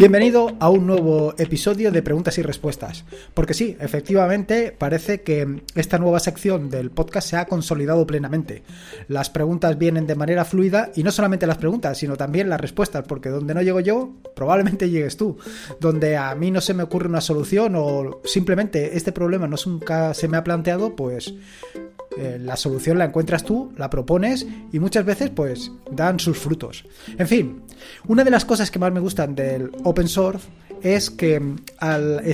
Bienvenido a un nuevo episodio de Preguntas y Respuestas. Porque sí, efectivamente, parece que esta nueva sección del podcast se ha consolidado plenamente. Las preguntas vienen de manera fluida y no solamente las preguntas, sino también las respuestas, porque donde no llego yo, probablemente llegues tú. Donde a mí no se me ocurre una solución o simplemente este problema nunca se me ha planteado, pues la solución la encuentras tú, la propones y muchas veces pues dan sus frutos. En fin, una de las cosas que más me gustan del open source es que al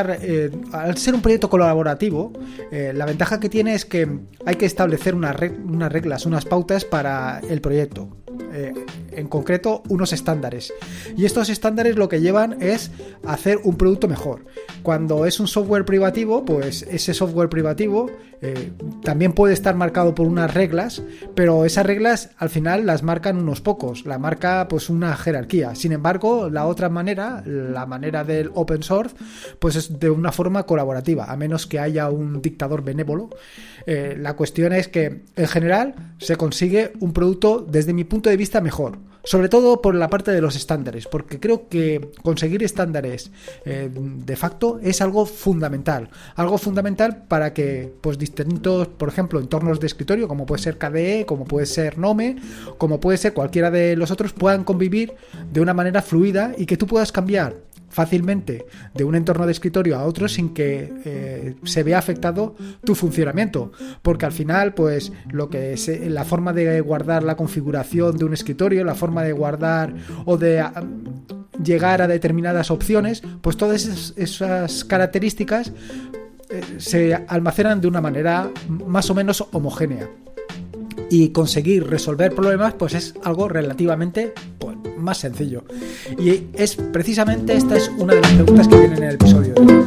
ser un proyecto colaborativo, la ventaja que tiene es que hay que establecer unas reglas, unas pautas para el proyecto. En concreto, unos estándares. Y estos estándares lo que llevan es hacer un producto mejor. Cuando es un software privativo, pues ese software privativo también puede estar marcado por unas reglas, pero esas reglas al final las marcan unos pocos, la marca pues una jerarquía. Sin embargo, la otra manera, la manera del open source, pues es de una forma colaborativa, a menos que haya un dictador benévolo. La cuestión es que en general se consigue un producto desde mi punto de vista mejor, sobre todo por la parte de los estándares, porque creo que conseguir estándares de facto es algo fundamental para que pues distintos, por ejemplo, entornos de escritorio como puede ser KDE, como puede ser Gnome, como puede ser cualquiera de los otros, puedan convivir de una manera fluida y que tú puedas cambiar fácilmente de un entorno de escritorio a otro sin que se vea afectado tu funcionamiento, porque al final pues la forma de guardar la configuración de un escritorio, la forma de guardar o de llegar a determinadas opciones, pues todas esas características se almacenan de una manera más o menos homogénea. Y conseguir resolver problemas pues es algo relativamente más sencillo. Y precisamente esta es una de las preguntas que vienen en el episodio de hoy.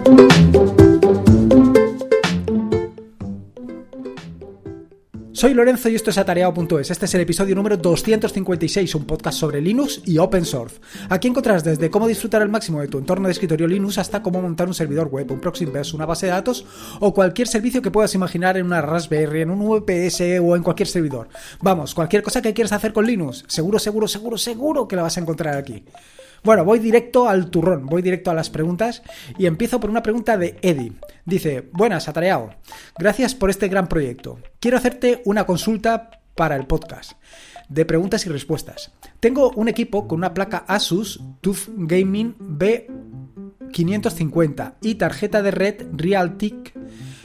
Soy Lorenzo y esto es Atareado.es. Este es el episodio número 256, un podcast sobre Linux y Open Source. Aquí encontrarás desde cómo disfrutar al máximo de tu entorno de escritorio Linux hasta cómo montar un servidor web, un proxy versus una base de datos o cualquier servicio que puedas imaginar en una Raspberry, en un VPS o en cualquier servidor. Vamos, cualquier cosa que quieras hacer con Linux, seguro que la vas a encontrar aquí. Bueno, voy directo al turrón, voy directo a las preguntas y empiezo por una pregunta de Eddie. Dice: buenas, Atareado. Gracias por este gran proyecto. Quiero hacerte una consulta para el podcast de preguntas y respuestas. Tengo un equipo con una placa Asus TUF Gaming B550 y tarjeta de red Realtek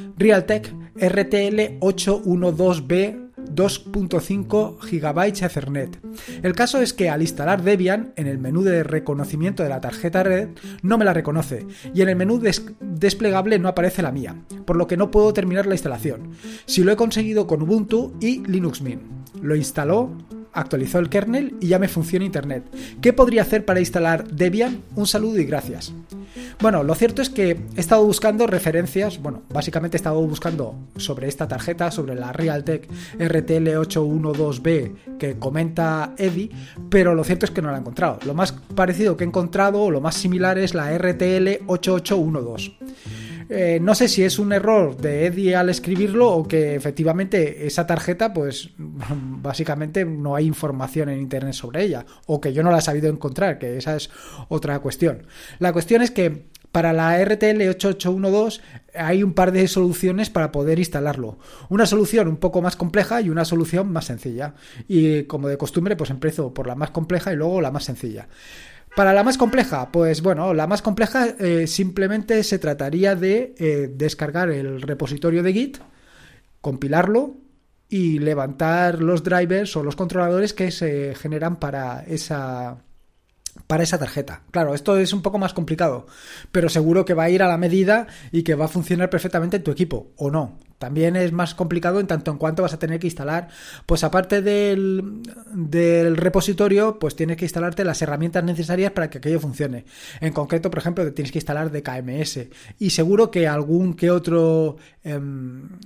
RTL812B 2.5 GB Ethernet. El caso es que al instalar Debian, en el menú de reconocimiento de la tarjeta red no me la reconoce y en el menú desplegable no aparece la mía, por lo que no puedo terminar la instalación. Si lo he conseguido con Ubuntu y Linux Mint. Lo instaló, actualizó el kernel y ya me funciona Internet. ¿Qué podría hacer para instalar Debian? Un saludo y gracias. Bueno, lo cierto es que he estado buscando referencias, básicamente he estado buscando sobre esta tarjeta, sobre la Realtek RTL812B que comenta Eddie, pero lo cierto es que no la he encontrado. Lo más parecido que he encontrado, o lo más similar, es la RTL8812. No sé si es un error de Eddie al escribirlo o que efectivamente esa tarjeta, pues básicamente no hay información en internet sobre ella, o que yo no la he sabido encontrar, que esa es otra cuestión. La cuestión es que para la RTL8812 hay un par de soluciones para poder instalarlo. Una solución un poco más compleja y una solución más sencilla. Y como de costumbre, pues empiezo por la más compleja y luego la más sencilla. Para la más compleja, pues bueno, la más compleja simplemente se trataría de descargar el repositorio de Git, compilarlo y levantar los drivers o los controladores que se generan para esa tarjeta. Claro, esto es un poco más complicado, pero seguro que va a ir a la medida y que va a funcionar perfectamente en tu equipo, o no. También es más complicado en tanto en cuanto vas a tener que instalar, pues aparte del repositorio, pues tienes que instalarte las herramientas necesarias para que aquello funcione. En concreto, por ejemplo, te tienes que instalar DKMS y seguro que algún que otro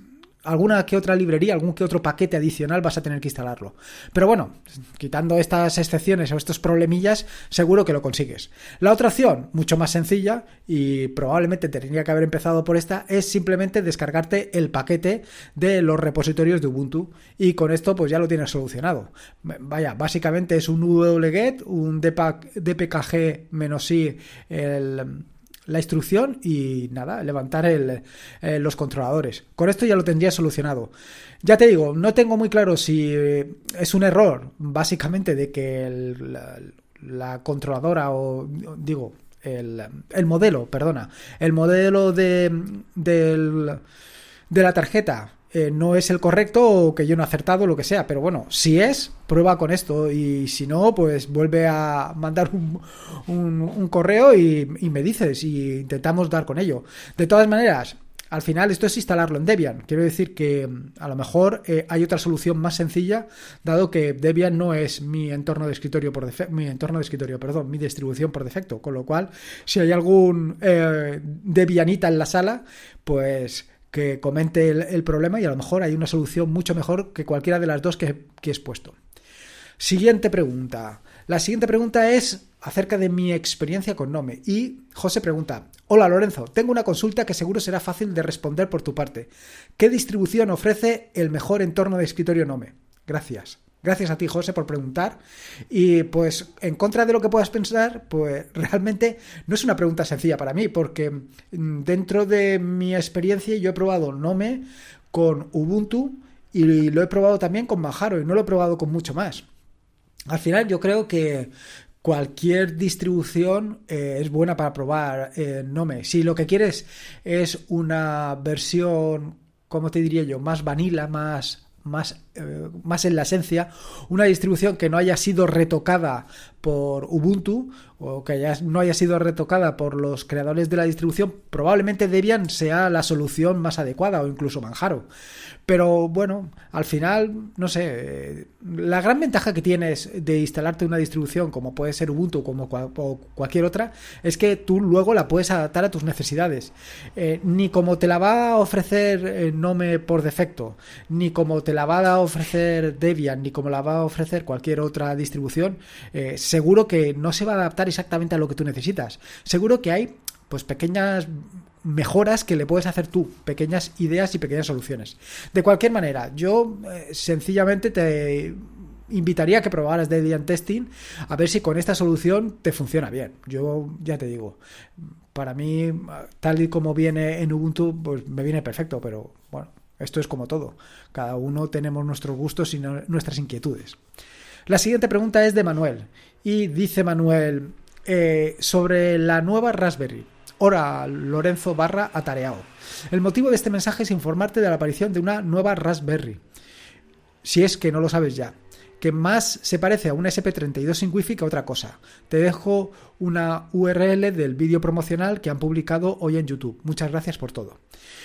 alguna que otra librería, algún que otro paquete adicional vas a tener que instalarlo. Pero bueno, quitando estas excepciones o estos problemillas, seguro que lo consigues. La otra opción, mucho más sencilla, y probablemente tendría que haber empezado por esta, es simplemente descargarte el paquete de los repositorios de Ubuntu, y con esto pues ya lo tienes solucionado. Vaya, básicamente es un wget, un dpkg-i, la instrucción y nada, levantar los controladores. Con esto ya lo tendría solucionado. Ya te digo, no tengo muy claro si es un error básicamente de que la controladora o digo el modelo de la tarjeta no es el correcto o que yo no he acertado, lo que sea, pero bueno, si es, prueba con esto, y si no, pues vuelve a mandar un correo y me dices, y intentamos dar con ello. De todas maneras, al final esto es instalarlo en Debian. Quiero decir que a lo mejor hay otra solución más sencilla, dado que Debian no es mi entorno de escritorio mi distribución por defecto, con lo cual si hay algún Debianita en la sala, pues que comente el problema, y a lo mejor hay una solución mucho mejor que cualquiera de las dos que he expuesto. Siguiente pregunta. La siguiente pregunta es acerca de mi experiencia con Nome. Y José pregunta: hola Lorenzo, tengo una consulta que seguro será fácil de responder por tu parte. ¿Qué distribución ofrece el mejor entorno de escritorio Nome? Gracias. Gracias a ti, José, por preguntar. Y pues, en contra de lo que puedas pensar, pues realmente no es una pregunta sencilla para mí, porque dentro de mi experiencia yo he probado Nome con Ubuntu y lo he probado también con Manjaro, y no lo he probado con mucho más. Al final yo creo que cualquier distribución es buena para probar Nome. Si lo que quieres es una versión, ¿cómo te diría yo?, más vanilla, más en la esencia, una distribución que no haya sido retocada por Ubuntu o que no haya sido retocada por los creadores de la distribución, probablemente Debian sea la solución más adecuada, o incluso Manjaro. Pero bueno, al final, no sé, la gran ventaja que tienes de instalarte una distribución como puede ser Ubuntu o cualquier otra es que tú luego la puedes adaptar a tus necesidades. Ni como te la va a ofrecer Nome por defecto, ni como te la va a ofrecer Debian, ni como la va a ofrecer cualquier otra distribución, seguro que no se va a adaptar exactamente a lo que tú necesitas. Seguro que hay pues pequeñas mejoras que le puedes hacer tú, pequeñas ideas y pequeñas soluciones. De cualquier manera, yo sencillamente te invitaría a que probaras Debian Testing a ver si con esta solución te funciona bien. Yo ya te digo, para mí, tal y como viene en Ubuntu, pues me viene perfecto, pero bueno, esto es como todo. Cada uno tenemos nuestros gustos y nuestras inquietudes. La siguiente pregunta es de Manuel, y dice Manuel sobre la nueva Raspberry. Hola Lorenzo _atareado. El motivo de este mensaje es informarte de la aparición de una nueva Raspberry, si es que no lo sabes ya, que más se parece a un SP32 sin wifi que a otra cosa. Te dejo una URL del vídeo promocional que han publicado hoy en YouTube. Muchas gracias por todo.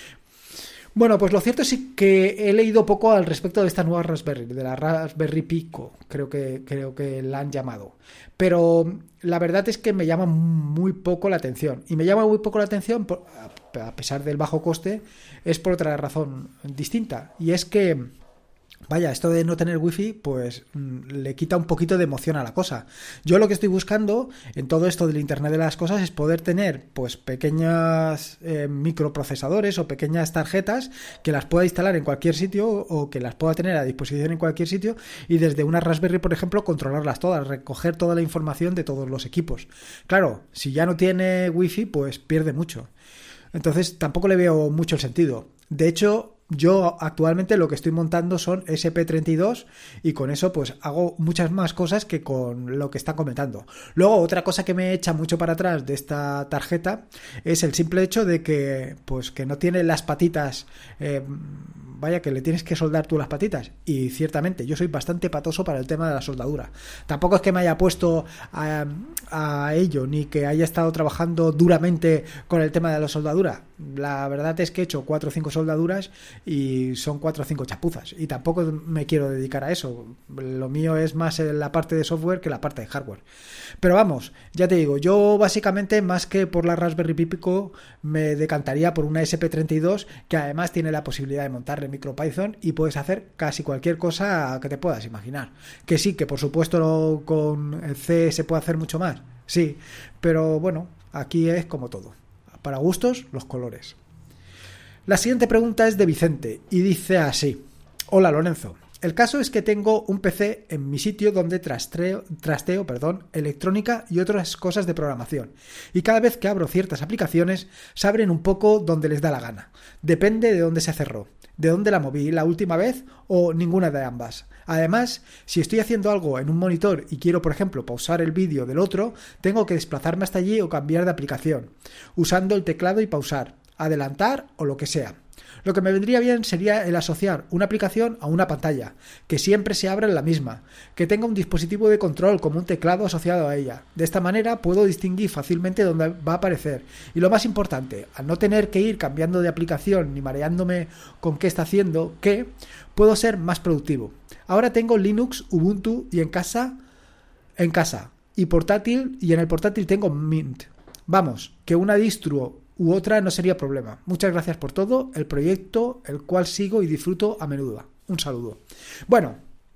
Bueno, pues lo cierto es que he leído poco al respecto de esta nueva Raspberry, de la Raspberry Pico, creo que la han llamado. Pero la verdad es que me llama muy poco la atención. Y me llama muy poco la atención, a pesar del bajo coste, es por otra razón distinta. Y es que, vaya, esto de no tener wifi, pues le quita un poquito de emoción a la cosa. Yo lo que estoy buscando en todo esto del Internet de las cosas es poder tener pues pequeñas microprocesadores o pequeñas tarjetas que las pueda instalar en cualquier sitio o que las pueda tener a disposición en cualquier sitio, y desde una Raspberry, por ejemplo, controlarlas todas, recoger toda la información de todos los equipos. Claro, si ya no tiene wifi, pues pierde mucho. Entonces tampoco le veo mucho el sentido. De hecho, yo actualmente lo que estoy montando son SP32 y con eso pues hago muchas más cosas que con lo que está comentando. Luego, otra cosa que me echa mucho para atrás de esta tarjeta es el simple hecho de que pues que no tiene las patitas, vaya, que le tienes que soldar tú las patitas, y ciertamente yo soy bastante patoso para el tema de la soldadura. Tampoco es que me haya puesto a ello, ni que haya estado trabajando duramente con el tema de la soldadura. La verdad es que he hecho 4 o 5 soldaduras y son 4 o 5 chapuzas, y tampoco me quiero dedicar a eso. Lo mío es más en la parte de software que la parte de hardware. Pero vamos, ya te digo, yo básicamente más que por la Raspberry Pi Pico me decantaría por una SP32, que además tiene la posibilidad de montarle el MicroPython y puedes hacer casi cualquier cosa que te puedas imaginar. Que sí, que por supuesto con el C se puede hacer mucho más, sí, pero bueno, aquí es como todo. Para gustos, los colores. La siguiente pregunta es de Vicente y dice así: hola Lorenzo, el caso es que tengo un PC en mi sitio donde trasteo, electrónica y otras cosas de programación, y cada vez que abro ciertas aplicaciones se abren un poco donde les da la gana. Depende de dónde se cerró, de dónde la moví la última vez o ninguna de ambas. Además, si estoy haciendo algo en un monitor y quiero, por ejemplo, pausar el vídeo del otro, tengo que desplazarme hasta allí o cambiar de aplicación, usando el teclado y pausar, adelantar o lo que sea. Lo que me vendría bien sería el asociar una aplicación a una pantalla, que siempre se abra en la misma, que tenga un dispositivo de control como un teclado asociado a ella. De esta manera puedo distinguir fácilmente dónde va a aparecer. Y lo más importante, al no tener que ir cambiando de aplicación ni mareándome con qué está haciendo qué, puedo ser más productivo. Ahora tengo Linux, Ubuntu y en casa y portátil, y en el portátil tengo Mint. Vamos, que una distro u otra no sería problema. Muchas gracias por todo, el proyecto, el cual sigo y disfruto a menudo. Un saludo. Bueno,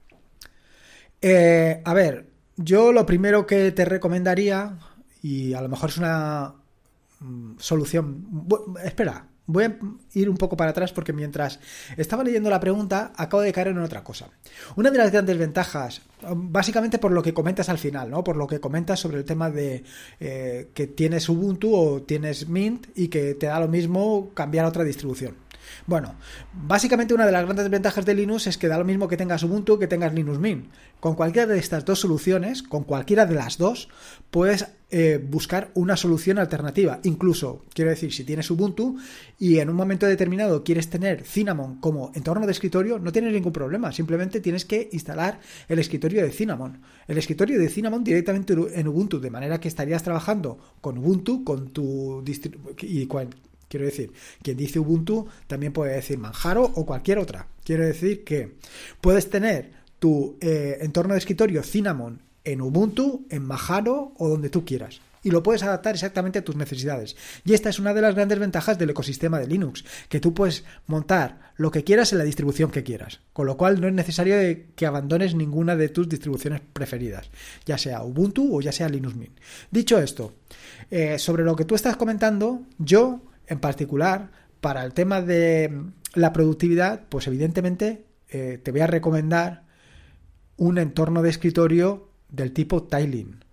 a ver, yo lo primero que te recomendaría, y a lo mejor es una solución... espera, voy a ir un poco para atrás porque mientras estaba leyendo la pregunta acabo de caer en otra cosa. Una de las grandes ventajas, básicamente por lo que comentas al final, ¿no? Por lo que comentas sobre el tema de que tienes Ubuntu o tienes Mint y que te da lo mismo cambiar a otra distribución. Bueno, básicamente una de las grandes ventajas de Linux es que da lo mismo que tengas Ubuntu que tengas Linux Mint. Con cualquiera de estas dos soluciones, con cualquiera de las dos, puedes buscar una solución alternativa. Incluso, quiero decir, si tienes Ubuntu y en un momento determinado quieres tener Cinnamon como entorno de escritorio, no tienes ningún problema. Simplemente tienes que instalar el escritorio de Cinnamon. El escritorio de Cinnamon directamente en Ubuntu, de manera que estarías trabajando con Ubuntu, con tu quiero decir, quien dice Ubuntu también puede decir Manjaro o cualquier otra. Quiero decir que puedes tener tu entorno de escritorio Cinnamon en Ubuntu, en Manjaro o donde tú quieras. Y lo puedes adaptar exactamente a tus necesidades. Y esta es una de las grandes ventajas del ecosistema de Linux, que tú puedes montar lo que quieras en la distribución que quieras. Con lo cual no es necesario que abandones ninguna de tus distribuciones preferidas, ya sea Ubuntu o ya sea Linux Mint. Dicho esto, sobre lo que tú estás comentando, yo en particular, para el tema de la productividad, pues evidentemente te voy a recomendar un entorno de escritorio del tipo tiling,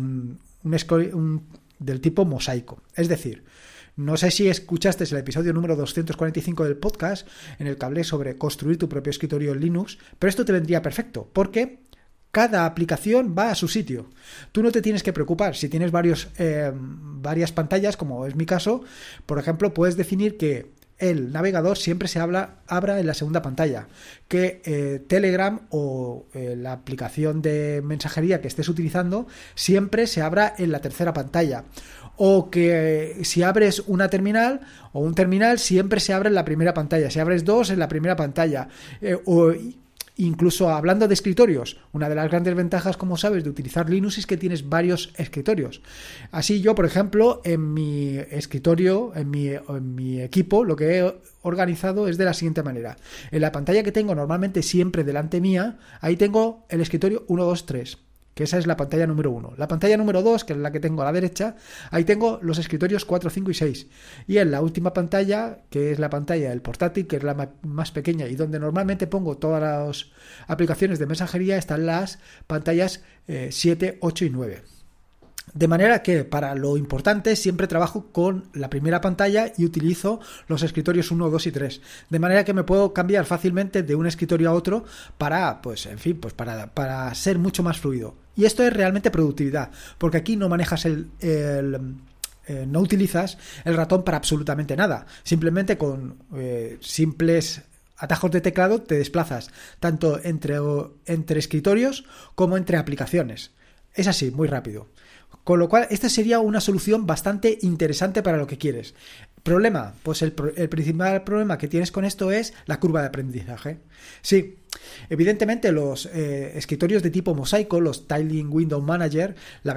del tipo mosaico. Es decir, no sé si escuchaste el episodio número 245 del podcast en el que hablé sobre construir tu propio escritorio en Linux, pero esto te vendría perfecto, porque cada aplicación va a su sitio. Tú no te tienes que preocupar. Si tienes varias pantallas, como es mi caso, por ejemplo, puedes definir que el navegador siempre se abra en la segunda pantalla, que Telegram o la aplicación de mensajería que estés utilizando siempre se abra en la tercera pantalla, o que si abres una terminal o un terminal siempre se abre en la primera pantalla, si abres dos en la primera pantalla, o incluso hablando de escritorios, una de las grandes ventajas, como sabes, de utilizar Linux es que tienes varios escritorios. Así yo, por ejemplo, en mi escritorio, en mi equipo, lo que he organizado es de la siguiente manera. En la pantalla que tengo normalmente siempre delante mía, ahí tengo el escritorio 1, 2, 3. Que esa es la pantalla número 1. La pantalla número 2, que es la que tengo a la derecha, ahí tengo los escritorios 4, 5 y 6. Y en la última pantalla, que es la pantalla del portátil, que es la más pequeña y donde normalmente pongo todas las aplicaciones de mensajería, están las pantallas 7, 8 y 9. De manera que para lo importante siempre trabajo con la primera pantalla y utilizo los escritorios 1, 2 y 3. De manera que me puedo cambiar fácilmente de un escritorio a otro para ser mucho más fluido. Y esto es realmente productividad, porque aquí no manejas no utilizas el ratón para absolutamente nada. Simplemente con simples atajos de teclado te desplazas tanto entre escritorios como entre aplicaciones. Es así, muy rápido. Con lo cual, esta sería una solución bastante interesante para lo que quieres. ¿Problema? Pues el principal problema que tienes con esto es la curva de aprendizaje. Sí, evidentemente los escritorios de tipo mosaico, los Tiling Window Manager,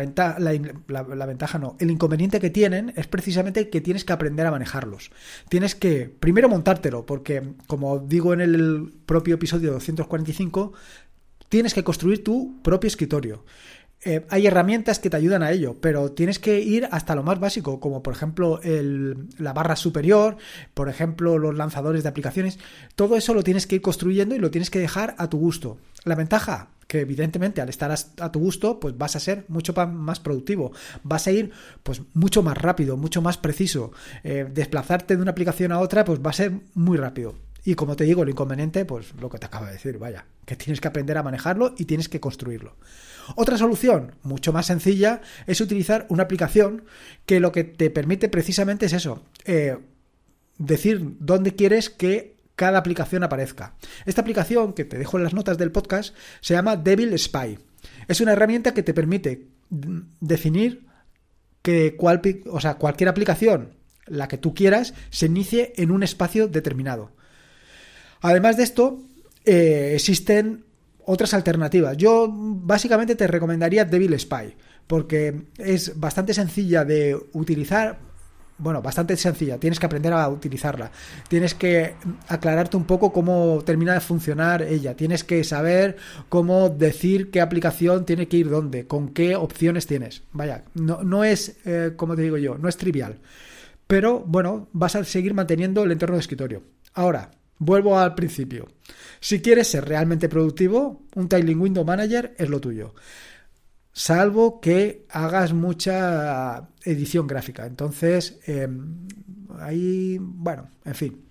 el inconveniente que tienen es precisamente que tienes que aprender a manejarlos. Tienes que primero montártelo, porque como digo en el propio episodio 245, tienes que construir tu propio escritorio. Hay herramientas que te ayudan a ello, pero tienes que ir hasta lo más básico, como por ejemplo la barra superior, por ejemplo los lanzadores de aplicaciones. Todo eso lo tienes que ir construyendo y lo tienes que dejar a tu gusto. La ventaja, que evidentemente al estar a tu gusto, pues vas a ser mucho más productivo, vas a ir pues mucho más rápido, mucho más preciso. Desplazarte de una aplicación a otra pues va a ser muy rápido. Y como te digo, el inconveniente, pues lo que te acabo de decir, vaya, que tienes que aprender a manejarlo y tienes que construirlo. Otra solución, mucho más sencilla, es utilizar una aplicación que lo que te permite precisamente es eso, decir dónde quieres que cada aplicación aparezca. Esta aplicación, que te dejo en las notas del podcast, se llama Devil Spy. Es una herramienta que te permite definir que cualquier aplicación, la que tú quieras, se inicie en un espacio determinado. Además de esto, existen otras alternativas. Yo básicamente te recomendaría Devil Spy, porque es bastante sencilla de utilizar. Bueno, bastante sencilla, tienes que aprender a utilizarla, tienes que aclararte un poco cómo termina de funcionar ella, tienes que saber cómo decir qué aplicación tiene que ir dónde, con qué opciones tienes. Vaya, no es, como te digo yo, no es trivial, pero bueno, vas a seguir manteniendo el entorno de escritorio. Ahora, vuelvo al principio. Si quieres ser realmente productivo, un Tiling Window Manager es lo tuyo. Salvo que hagas mucha edición gráfica. Entonces, ahí, bueno, en fin.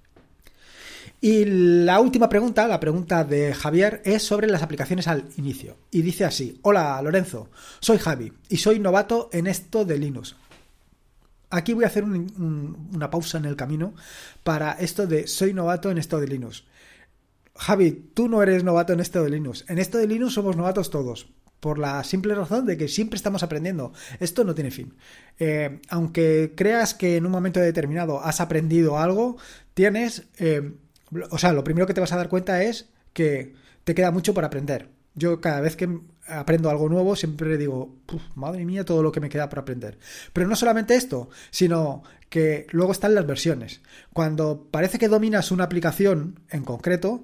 Y la última pregunta, la pregunta de Javier, es sobre las aplicaciones al inicio. Y dice así: hola Lorenzo, soy Javi y soy novato en esto de Linux. Aquí voy a hacer una pausa en el camino para esto de soy novato en esto de Linux. Javi, tú no eres novato en esto de Linux. En esto de Linux somos novatos todos, por la simple razón de que siempre estamos aprendiendo. Esto no tiene fin. Aunque creas que en un momento determinado has aprendido algo, tienes... lo primero que te vas a dar cuenta es que te queda mucho por aprender. Yo cada vez que aprendo algo nuevo siempre digo, madre mía, todo lo que me queda por aprender. Pero no solamente esto, sino que luego están las versiones. Cuando parece que dominas una aplicación en concreto,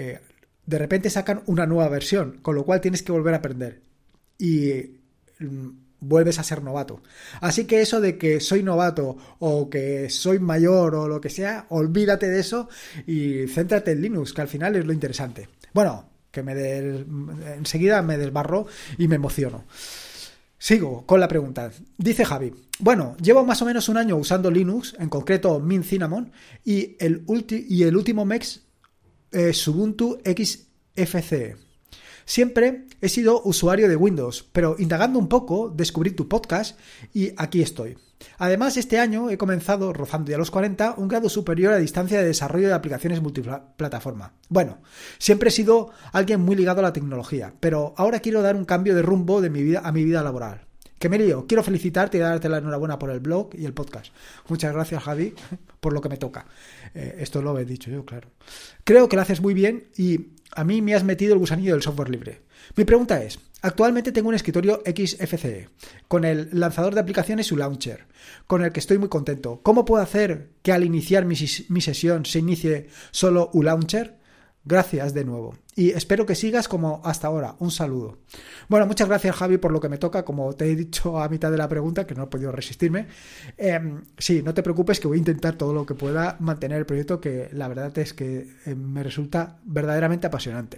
de repente sacan una nueva versión, con lo cual tienes que volver a aprender y vuelves a ser novato. Así que eso de que soy novato o que soy mayor o lo que sea, olvídate de eso y céntrate en Linux, que al final es lo interesante. Bueno, que enseguida me desbarro y me emociono. Sigo con la pregunta. Dice Javi: bueno, llevo más o menos un año usando Linux, en concreto Mint Cinnamon, y el último mes Ubuntu XFCE. Siempre he sido usuario de Windows, pero indagando un poco descubrí tu podcast y aquí estoy. Además, este año he comenzado, rozando ya los 40, un grado superior a distancia de desarrollo de aplicaciones multiplataforma. Bueno, siempre he sido alguien muy ligado a la tecnología, pero ahora quiero dar un cambio de rumbo de mi vida a mi vida laboral. Que me lío, quiero felicitarte y darte la enhorabuena por el blog y el podcast. Muchas gracias, Javi, por lo que me toca. Esto lo he dicho yo, claro. Creo que lo haces muy bien y a mí me has metido el gusanillo del software libre. Mi pregunta es: actualmente tengo un escritorio XFCE con el lanzador de aplicaciones Ulauncher, con el que estoy muy contento. ¿Cómo puedo hacer que al iniciar mi sesión se inicie solo Ulauncher? Gracias de nuevo y espero que sigas como hasta ahora. Un saludo. Bueno, muchas gracias, Javi, por lo que me toca. Como te he dicho a mitad de la pregunta, que no he podido resistirme, sí, no te preocupes, que voy a intentar todo lo que pueda mantener el proyecto, que la verdad es que me resulta verdaderamente apasionante.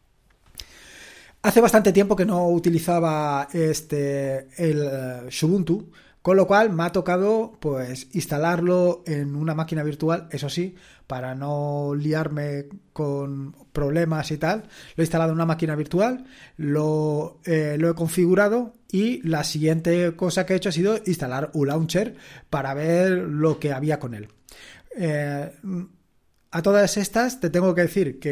Hace bastante tiempo que no utilizaba el Ubuntu, con lo cual me ha tocado pues instalarlo en una máquina virtual, eso sí, para no liarme con problemas y tal. Lo he instalado en una máquina virtual, lo he configurado y la siguiente cosa que he hecho ha sido instalar Ulauncher para ver lo que había con él. A todas estas te tengo que decir que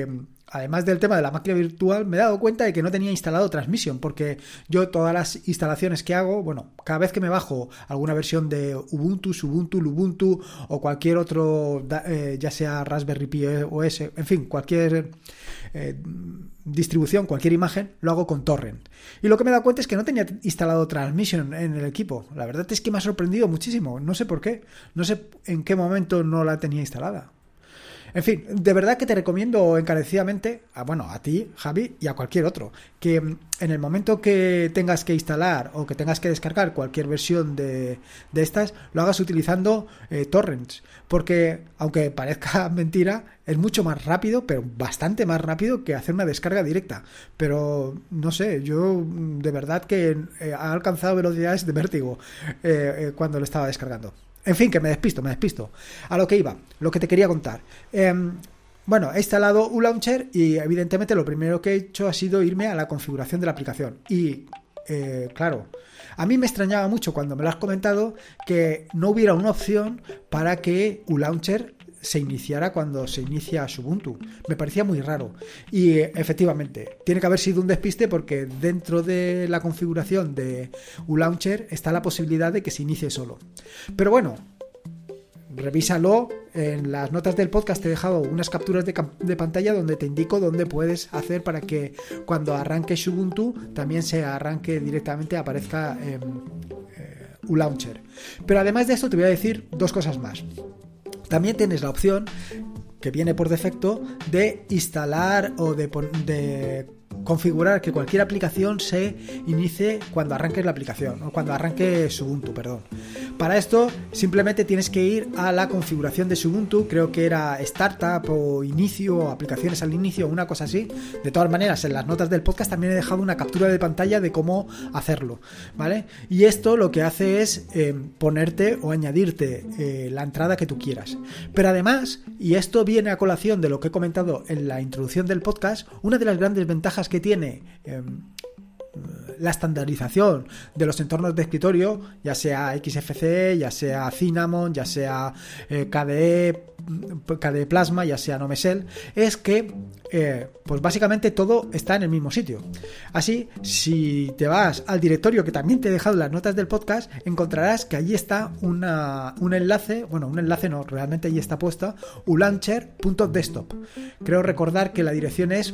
además del tema de la máquina virtual, me he dado cuenta de que no tenía instalado Transmission, porque yo todas las instalaciones que hago, bueno, cada vez que me bajo alguna versión de Ubuntu, Ubuntu, Lubuntu o cualquier otro, ya sea Raspberry Pi OS, en fin, cualquier distribución, cualquier imagen, lo hago con torrent. Y lo que me he dado cuenta es que no tenía instalado Transmission en el equipo. La verdad es que me ha sorprendido muchísimo, no sé por qué, no sé en qué momento no la tenía instalada. En fin, de verdad que te recomiendo encarecidamente, a ti, Javi, y a cualquier otro, que en el momento que tengas que instalar o que tengas que descargar cualquier versión de estas, lo hagas utilizando torrents, porque aunque parezca mentira, es mucho más rápido, pero bastante más rápido que hacer una descarga directa. Pero no sé, yo de verdad que he alcanzado velocidades de vértigo cuando lo estaba descargando. En fin, que me despisto. A lo que iba, lo que te quería contar. He instalado ULauncher y evidentemente lo primero que he hecho ha sido irme a la configuración de la aplicación. Y, claro, a mí me extrañaba mucho cuando me lo has comentado que no hubiera una opción para que ULauncher se iniciara cuando se inicia Ubuntu. Me parecía muy raro. Y efectivamente, tiene que haber sido un despiste porque dentro de la configuración de ULauncher está la posibilidad de que se inicie solo. Pero bueno, revísalo. En las notas del podcast te he dejado unas capturas de pantalla donde te indico dónde puedes hacer para que cuando arranque Ubuntu también se arranque directamente, aparezca ULauncher. Pero además de esto te voy a decir dos cosas más. También tienes la opción que viene por defecto de instalar o de configurar que cualquier aplicación se inicie cuando arranques la aplicación o cuando arranque Ubuntu, perdón. Para esto simplemente tienes que ir a la configuración de Ubuntu, creo que era Startup o Inicio o Aplicaciones al Inicio, una cosa así. De todas maneras, en las notas del podcast también he dejado una captura de pantalla de cómo hacerlo, ¿vale? Y esto lo que hace es ponerte o añadirte la entrada que tú quieras. Pero además, y esto viene a colación de lo que he comentado en la introducción del podcast, una de las grandes ventajas que tiene la estandarización de los entornos de escritorio, ya sea XFCE, ya sea Cinnamon, ya sea KDE Plasma, ya sea Nomesel, es que pues básicamente todo está en el mismo sitio. Así, si te vas al directorio que también te he dejado en las notas del podcast, encontrarás que allí está un enlace, un enlace no, realmente allí está puesta ulauncher.desktop. Creo recordar que la dirección es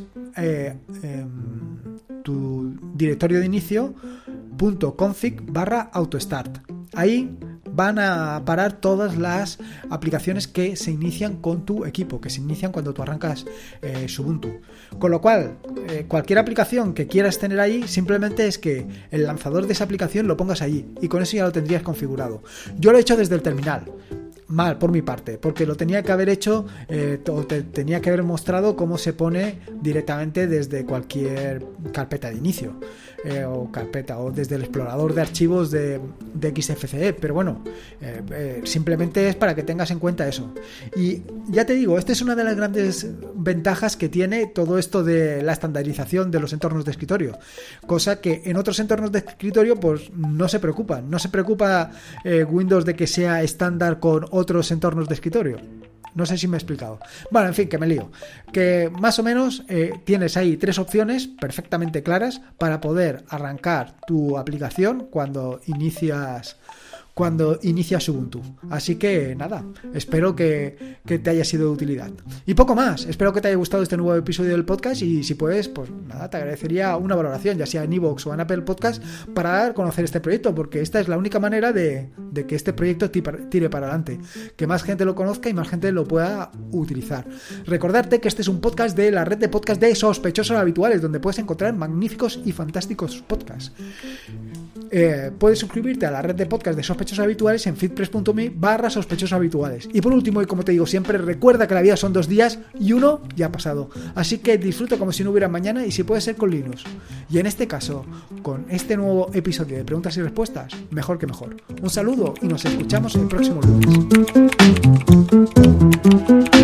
tu directorio de inicio .config/autostart. Ahí van a parar todas las aplicaciones que se inician con tu equipo, que se inician cuando tú arrancas Ubuntu. Con lo cual, cualquier aplicación que quieras tener ahí, simplemente es que el lanzador de esa aplicación lo pongas allí y con eso ya lo tendrías configurado. Yo lo he hecho desde el terminal. Mal por mi parte, porque lo tenía que haber hecho o tenía que haber mostrado cómo se pone directamente desde cualquier carpeta de inicio o carpeta o desde el explorador de archivos de XFCE, pero bueno, simplemente es para que tengas en cuenta eso. Y ya te digo, esta es una de las grandes ventajas que tiene todo esto de la estandarización de los entornos de escritorio, cosa que en otros entornos de escritorio pues no se preocupa Windows de que sea estándar con otros entornos de escritorio. No sé si me he explicado. Bueno, en fin, que me lío. Que más o menos tienes ahí 3 opciones perfectamente claras para poder arrancar tu aplicación cuando inicias Ubuntu. Así que nada, espero que te haya sido de utilidad. Y poco más, espero que te haya gustado este nuevo episodio del podcast y si puedes, pues nada, te agradecería una valoración, ya sea en iVoox o en Apple Podcast, para dar a conocer este proyecto, porque esta es la única manera de que este proyecto tire para adelante, que más gente lo conozca y más gente lo pueda utilizar. Recordarte que este es un podcast de la red de podcast de Sospechosos Habituales, donde puedes encontrar magníficos y fantásticos podcasts. Puedes suscribirte a la red de podcast de Sospechosos Habituales en feedpress.me/sospechosos habituales. Y por último, y como te digo siempre, recuerda que la vida son 2 días y uno ya ha pasado. Así que disfruta como si no hubiera mañana y si puede ser con Linux. Y en este caso, con este nuevo episodio de Preguntas y Respuestas, mejor que mejor. Un saludo y nos escuchamos el próximo lunes.